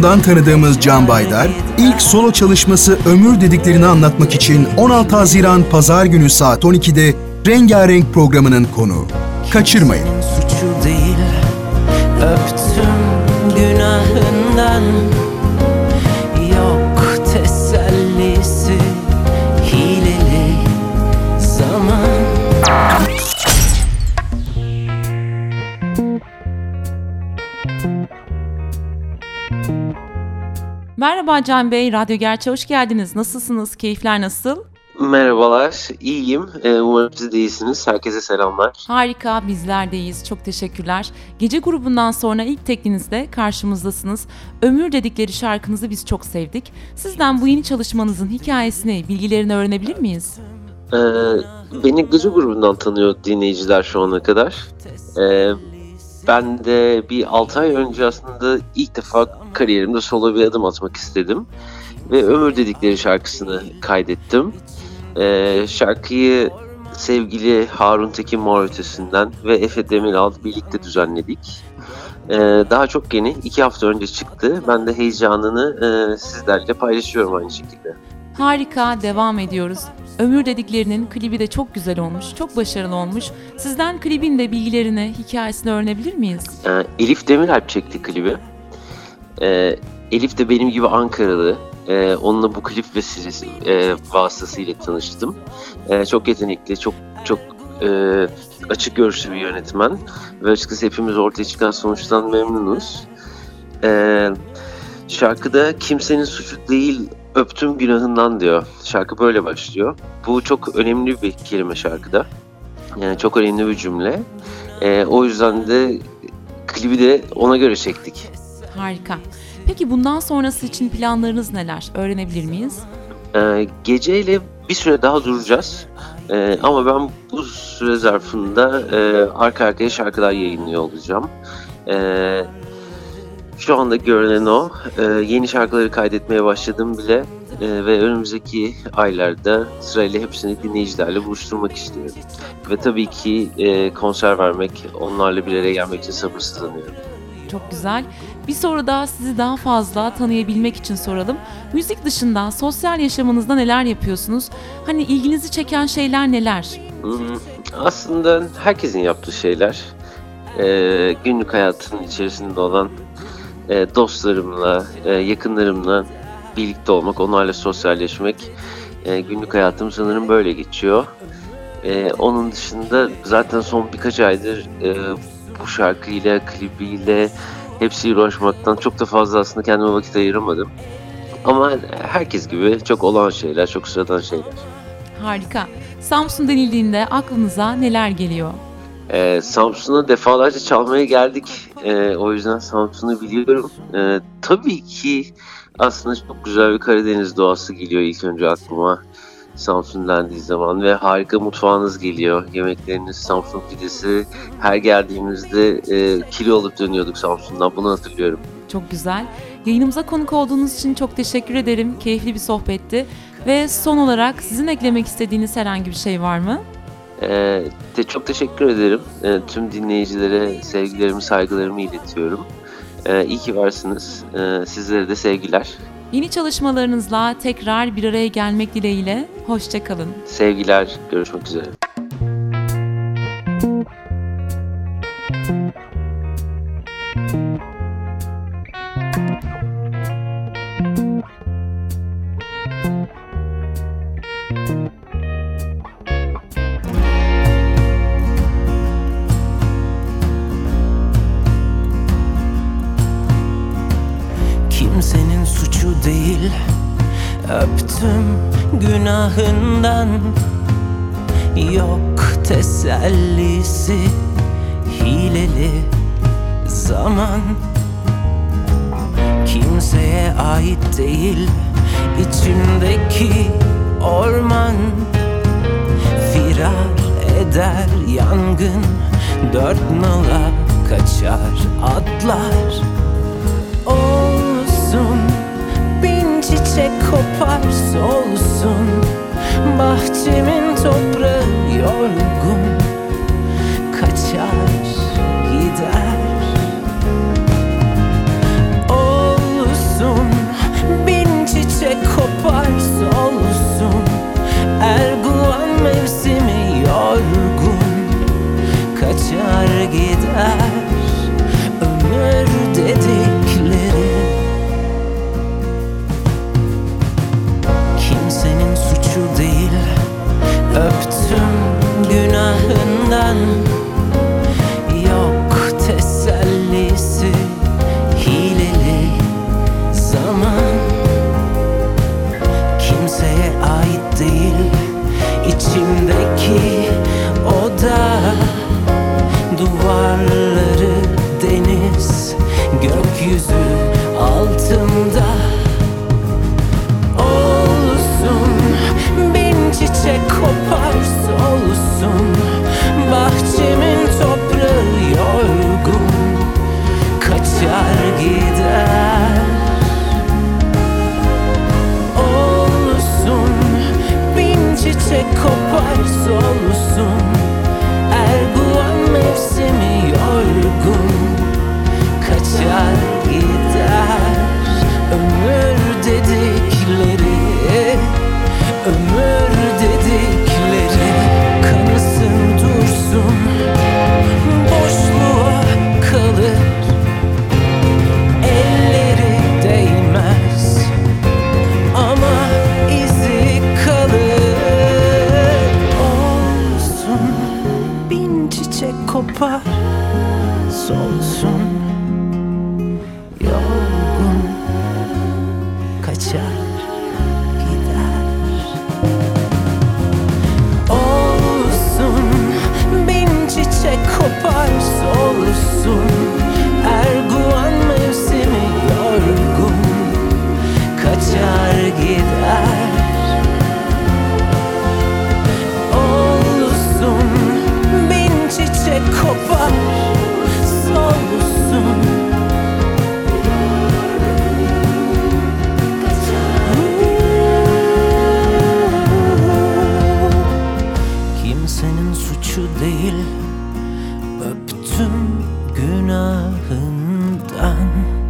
grubundan tanıdığımız Can Baydar, ilk solo çalışması Ömür dediklerini anlatmak için 16 Haziran Pazar günü saat 12'de Rengarenk programının konuğu. Kaçırmayın. Suçu değil, öptüm günahından, yok tesellisi, hileli zaman. Merhaba Can Bey, Radyo Gerçeğe hoş geldiniz. Nasılsınız? Keyifler nasıl? Merhabalar, iyiyim. Umarım siz de iyisiniz. Herkese selamlar. Harika, bizler de iyiyiz. Çok teşekkürler. Gece grubundan sonra ilk teklinizde karşımızdasınız. Ömür dedikleri şarkınızı biz çok sevdik. Sizden bu yeni çalışmanızın hikayesini, bilgilerini öğrenebilir miyiz? Beni gece grubundan tanıyor dinleyiciler şu ana kadar. Ben de bir 6 ay önce aslında ilk defa kariyerimde solo bir adım atmak istedim. Ve Ömür dedikleri şarkısını kaydettim. Şarkıyı sevgili Harun Tekin Mor Ötesi'nden ve Efe Demirel birlikte düzenledik. Daha çok yeni, 2 hafta önce çıktı. Ben de heyecanını sizlerle paylaşıyorum aynı şekilde. Harika, devam ediyoruz. Ömür dediklerinin klibi de çok güzel olmuş, çok başarılı olmuş. Sizden klibin de bilgilerini, hikayesini öğrenebilir miyiz? Elif Demirel çekti klibi. Elif de benim gibi Ankaralı. Onunla bu klip vesilesi vasıtasıyla tanıştım. Çok yetenekli, çok açık görüşlü bir yönetmen. Ve açıkçası hepimiz ortaya çıkan sonuçtan memnunuz. Şarkıda kimsenin suçu değil, öptüm günahından diyor. Şarkı böyle başlıyor. Bu çok önemli bir kelime şarkıda. Yani çok önemli bir cümle. O yüzden de klibi de ona göre çektik. Harika. Peki bundan sonrası için planlarınız neler? Öğrenebilir miyiz? Geceyle bir süre daha duracağız. Ama ben bu süre zarfında arka arkaya şarkılar yayınlıyor olacağım. Şu anda görünen o. Yeni şarkıları kaydetmeye başladım bile. Ve önümüzdeki aylarda sırayla hepsini dinleyicilerle buluşturmak istiyorum. Ve tabii ki konser vermek, onlarla bir araya gelmek için sabırsızlanıyorum. Çok güzel. Bir soru daha sizi daha fazla tanıyabilmek için soralım. Müzik dışında sosyal yaşamınızda neler yapıyorsunuz? Hani ilginizi çeken şeyler neler? Aslında herkesin yaptığı şeyler. Günlük hayatın içerisinde olan dostlarımla, yakınlarımla birlikte olmak, onlarla sosyalleşmek. Günlük hayatım sanırım böyle geçiyor. Onun dışında zaten son birkaç aydır bu şarkıyla, klibiyle hepsiyle uğraşmaktan çok da fazla aslında kendime vakit ayıramadım. Ama herkes gibi çok olağan şeyler, çok sıradan şeyler. Harika. Samsun denildiğinde aklınıza neler geliyor? Samsun'a defalarca çalmaya geldik. O yüzden Samsun'u biliyorum. Tabii ki aslında çok güzel bir Karadeniz doğası geliyor ilk önce aklıma. Samsun dendiği zaman ve harika mutfağınız geliyor. Yemekleriniz, Samsun pidesi. Her geldiğimizde kilo alıp dönüyorduk Samsun'dan. Bunu hatırlıyorum. Çok güzel. Yayınımıza konuk olduğunuz için çok teşekkür ederim. Keyifli bir sohbetti. Ve son olarak sizin eklemek istediğiniz herhangi bir şey var mı? Çok teşekkür ederim. Tüm dinleyicilere sevgilerimi, saygılarımı iletiyorum. İyi ki varsınız. Sizlere de sevgiler. Yeni çalışmalarınızla tekrar bir araya gelmek dileğiyle. Hoşça kalın. Sevgiler. Görüşmek üzere. Kimsenin suçu değil, öptüm günahından, yok tesellisi, hileli zaman. Kimseye ait değil içimdeki orman, firar eder yangın, dört nala kaçar atlar. Olsun, bin çiçek kopar solsun, bahçemin toprağı yorgun, kaçar gider. Olsun, gider ömür dedikleri. Kimsenin suçu değil, öptüm günahından. Yok tesellisi, hileli zaman. Kimseye ait değil içimdeki oda. Duvarları deniz, gökyüzü altında. Olsun, bin çiçek kopar solsun. Bahçemin toprağı yorgun, kaçar gider. Olsun, bin çiçek kopar solsun. Erguvan mevsimi yorgun, kaçar gider. Ömür dedikleri, ömür dedikleri kanısın dursun, boşluğa kalır. Elleri değmez ama izi kalır. Olsun, bin çiçek kopar solsun. Yorgun, kaçar gider. Olsun, bin çiçek kopar solsun. Erguvan mevsimi yorgun, kaçar gider. Olsun, bin çiçek kopar solsun. Kimsenin suçu değil, öptüm günahından.